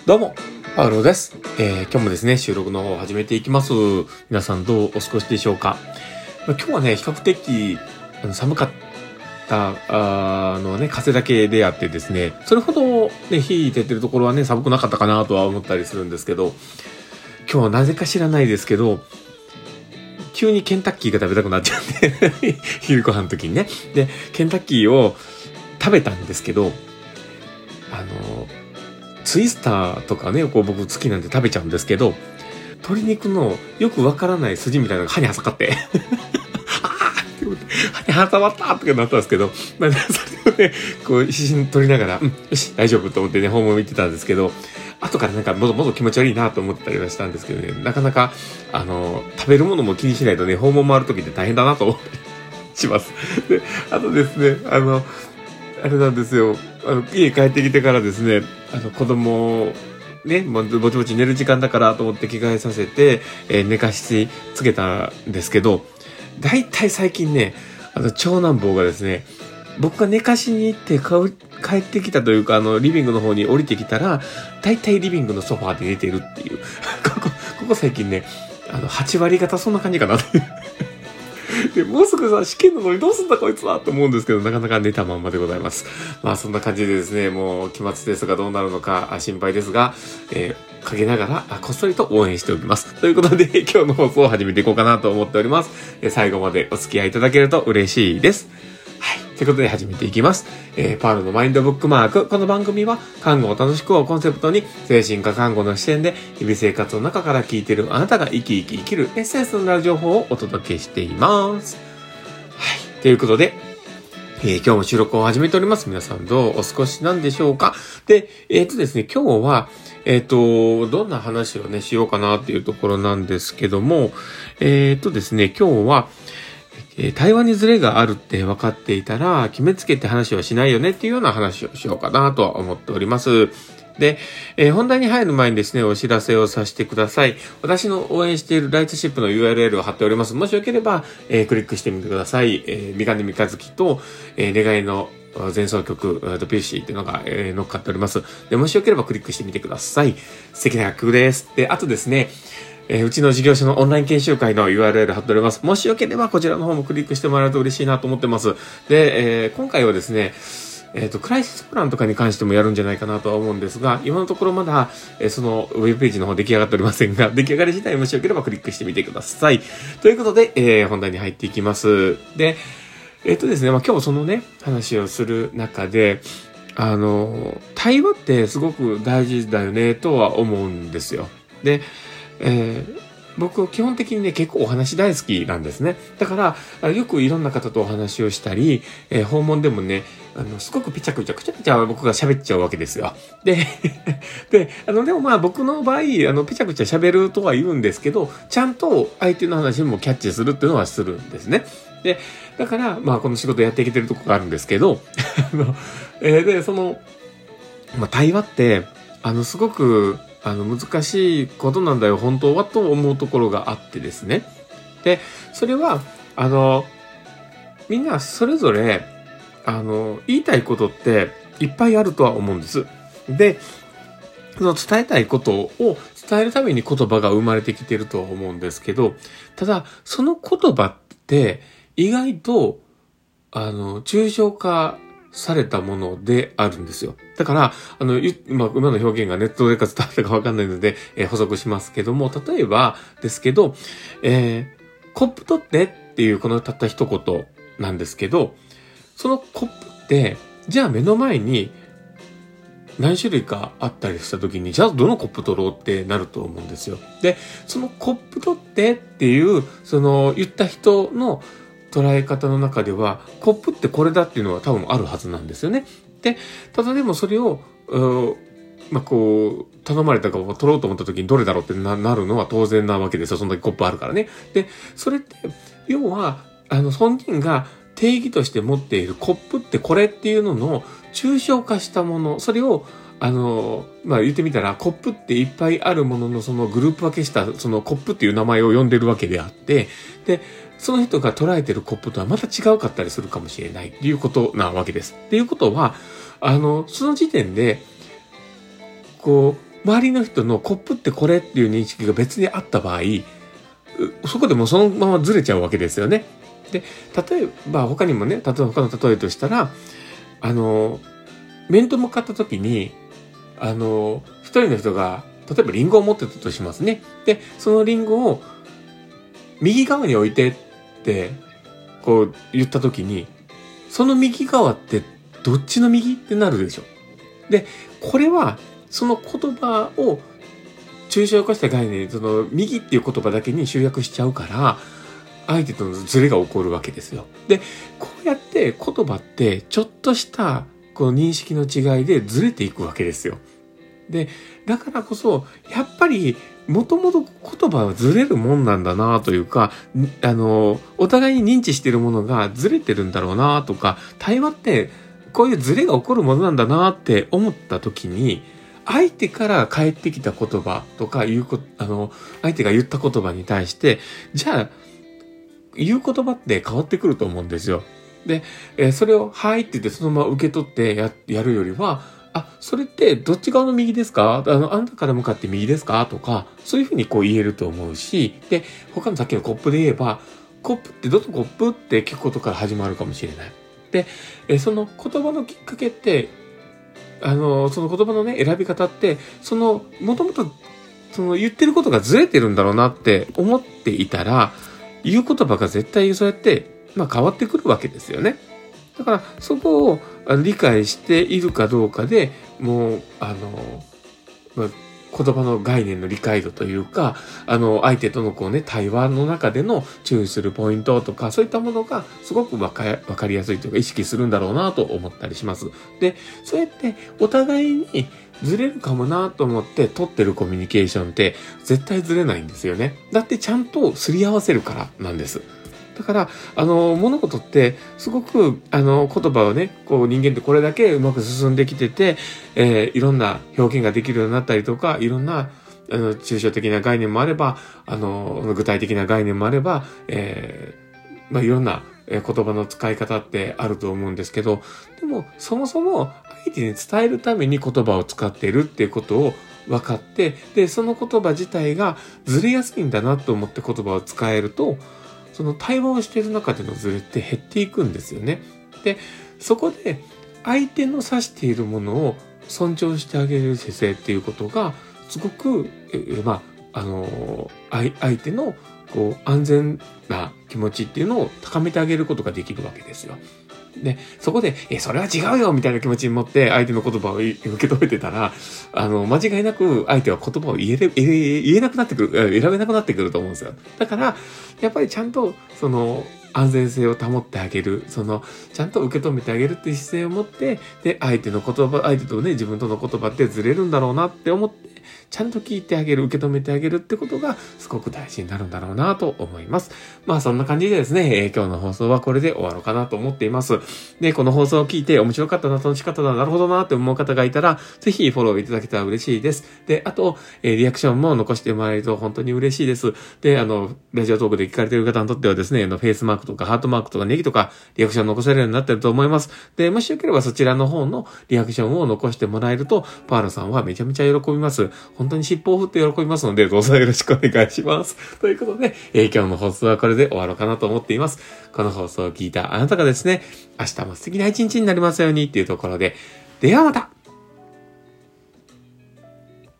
どうも、パウロです。今日もですね、収録の方を始めていきます。皆さんどうお過ごしでしょうか。今日はね、比較的寒かったのはね、風だけであってですね、それほどね、火出てるところはね、寒くなかったかなとは思ったりするんですけど、今日はなぜか知らないですけど、急にケンタッキーが食べたくなっちゃって昼ご飯の時にね。で、ケンタッキーを食べたんですけど、ツイスターとかね、僕好きなんで食べちゃうんですけど、鶏肉のよくわからない筋みたいなのが歯に挟かって、歯に挟まったってなったんですけど、それをね、写真撮りながら、よし、大丈夫と思ってね、訪問見てたんですけど、後からなんかもっと気持ち悪いなと思ったりはしたんですけどね、なかなか、食べるものも気にしないとね、訪問回るときって大変だなと思ったりします。で、あとですね、あれなんですよ。家帰ってきてからですね、子供ね、ぼちぼち寝る時間だからと思って着替えさせて、寝かしつけたんですけど、だいたい最近ね、長男坊がですね、僕が寝かしに行って帰ってきたというか、リビングの方に降りてきたら、だいたいリビングのソファーで寝てるっていう。ここ最近ね、8割方そんな感じかなっていう。で、もうすぐさ、試験なのにどうすんだこいつはと思うんですけど、なかなか寝たまんまでございます。まあそんな感じでですね、もう期末テストがどうなるのか心配ですが、陰ながらこっそりと応援しておきます。ということで、今日の放送を始めていこうかなと思っております。最後までお付き合いいただけると嬉しいです。はい。ということで始めていきます。パールのマインドブックマーク。この番組は、看護を楽しくをコンセプトに、精神科看護の視点で、日々生活の中から聞いているあなたが生き生きるエッセンスのなる情報をお届けしています。はい。ということで、今日も収録を始めております。皆さんどうお過ごしなんでしょうか。で、ですね、今日は、どんな話をね、しようかなっていうところなんですけども、ですね、今日は、対話にズレがあるって分かっていたら決めつけて話はしないよねっていうような話をしようかなとは思っております。で、本題に入る前にですね、お知らせをさせてください。私の応援しているライトシップの URL を貼っております。もしよければ、クリックしてみてください。三金三日月と、願いの前奏曲、ピューシーっていうのが、乗っかっております。で、もしよければクリックしてみてください。素敵な楽曲です。で、あとですね、うちの事業所のオンライン研修会の URL 貼っております。もしよければこちらの方もクリックしてもらうと嬉しいなと思ってます。で、今回はですね、クライシスプランとかに関してもやるんじゃないかなとは思うんですが、今のところまだ、そのウェブページの方出来上がっておりませんが、出来上がり自体もしよければクリックしてみてください。ということで、本題に入っていきます。で、ですね、今日そのね、話をする中で、対話ってすごく大事だよね、とは思うんですよ。で、僕基本的にね結構お話大好きなんですね。だからよくいろんな方とお話をしたり、訪問でもねすごくピチャピチャ僕が喋っちゃうわけですよ。ででもまあ僕の場合ピチャピチャ喋るとは言うんですけど、ちゃんと相手の話もキャッチするっていうのはするんですね。でだからまあこの仕事やっていけてるとこがあるんですけどでその、対話ってすごく難しいことなんだよ本当はと思うところがあってですね。でそれはみんなそれぞれ言いたいことっていっぱいあるとは思うんです。でその伝えたいことを伝えるために言葉が生まれてきてるとは思うんですけど、ただその言葉って意外と抽象化されたものであるんですよ。だから、今の表現がネットでか伝わったかわかんないので、補足しますけども、例えばですけど、コップ取ってっていうこのたった一言なんですけど、そのコップって、じゃあ目の前に何種類かあったりした時に、じゃあどのコップ取ろうってなると思うんですよ。で、そのコップ取ってっていう、言った人の捉え方の中ではコップってこれだっていうのは多分あるはずなんですよね。で、ただでもそれを頼まれたかを取ろうと思った時にどれだろうってなるのは当然なわけですよ。そんだけコップあるからね。で、それって要は本人が定義として持っているコップってこれっていうのの抽象化したもの、それを言ってみたらコップっていっぱいあるもののそのグループ分けしたそのコップっていう名前を呼んでるわけであって、でその人が捉えてるコップとはまた違うかったりするかもしれないっていうことなわけです。っていうことはその時点で周りの人のコップってこれっていう認識が別にあった場合、そこでもうそのままずれちゃうわけですよね。で、例えば他にもね、他の例えとしたら、面と向かった時に、一人の人が、例えばリンゴを持ってたとしますね。で、そのリンゴを右側に置いてって、こう言った時に、その右側ってどっちの右ってなるでしょ。で、これは、その言葉を抽象化した概念、その右っていう言葉だけに集約しちゃうから、相手とのズレが起こるわけですよ。で、こうやって言葉ってちょっとしたこの認識の違いでずれていくわけですよ。で、だからこそ、やっぱり、もともと言葉はずれるもんなんだなというか、お互いに認知しているものがずれてるんだろうなとか、対話ってこういうずれが起こるものなんだなって思った時に、相手から返ってきた言葉とか相手が言った言葉に対して、じゃあ、言う言葉って変わってくると思うんですよ。で、それを、はいって言ってそのまま受け取ってやるよりは、それってどっち側の右ですか？あなたから向かって右ですか？とか、そういうふうにこう言えると思うし、で、他のさっきのコップで言えば、コップってどのコップって聞くことから始まるかもしれない。で、その言葉のきっかけって、その言葉のね、選び方って、もともと、言ってることがずれてるんだろうなって思っていたら、言う言葉が絶対そうやって、変わってくるわけですよね。だから、そこを理解しているかどうかで、もう、言葉の概念の理解度というか、相手とのこうね、対話の中での注意するポイントとか、そういったものがすごくわかりやすいというか、意識するんだろうなと思ったりします。で、そうやってお互いにずれるかもなと思って取ってるコミュニケーションって絶対ずれないんですよね。だってちゃんとすり合わせるからなんです。だから、物事って、すごく、言葉をね、こう人間ってこれだけうまく進んできてて、いろんな表現ができるようになったりとか、いろんな、抽象的な概念もあれば、具体的な概念もあれば、いろんな言葉の使い方ってあると思うんですけど、でも、そもそも相手に伝えるために言葉を使っているっていうことを分かって、で、その言葉自体がずれやすいんだなと思って言葉を使えると、その対話をしている中でのズレって減っていくんですよね。で、そこで相手の指しているものを尊重してあげる姿勢っていうことが、すごく、相手のこう安全な気持ちっていうのを高めてあげることができるわけですよ。で、そこで、それは違うよみたいな気持ちに持って相手の言葉を受け止めてたら、間違いなく相手は言葉を言えなくなってくる、選べなくなってくると思うんですよ。だから、やっぱりちゃんと、安全性を保ってあげる、ちゃんと受け止めてあげるっていう姿勢を持って、で、相手とね、自分との言葉ってずれるんだろうなって思って、ちゃんと聞いてあげる、受け止めてあげるってことがすごく大事になるんだろうなと思います。そんな感じでですね、今日の放送はこれで終わろうかなと思っています。で、この放送を聞いて面白かったな、楽しかったな、なるほどなって思う方がいたら、ぜひフォローいただけたら嬉しいです。で、あと、リアクションも残してもらえると本当に嬉しいです。で、ラジオトークで聞かれている方にとってはですね、フェイスマークとかハートマークとかネギとかリアクション残せるようになってると思います。で、もしよければそちらの方のリアクションを残してもらえると、パールさんはめちゃめちゃ喜びます。本当に尻尾を振って喜びますので、どうぞよろしくお願いします。ということで、今日の放送はこれで終わろうかなと思っています。この放送を聞いたあなたがですね、明日も素敵な一日になりますようにっていうところで、ではまた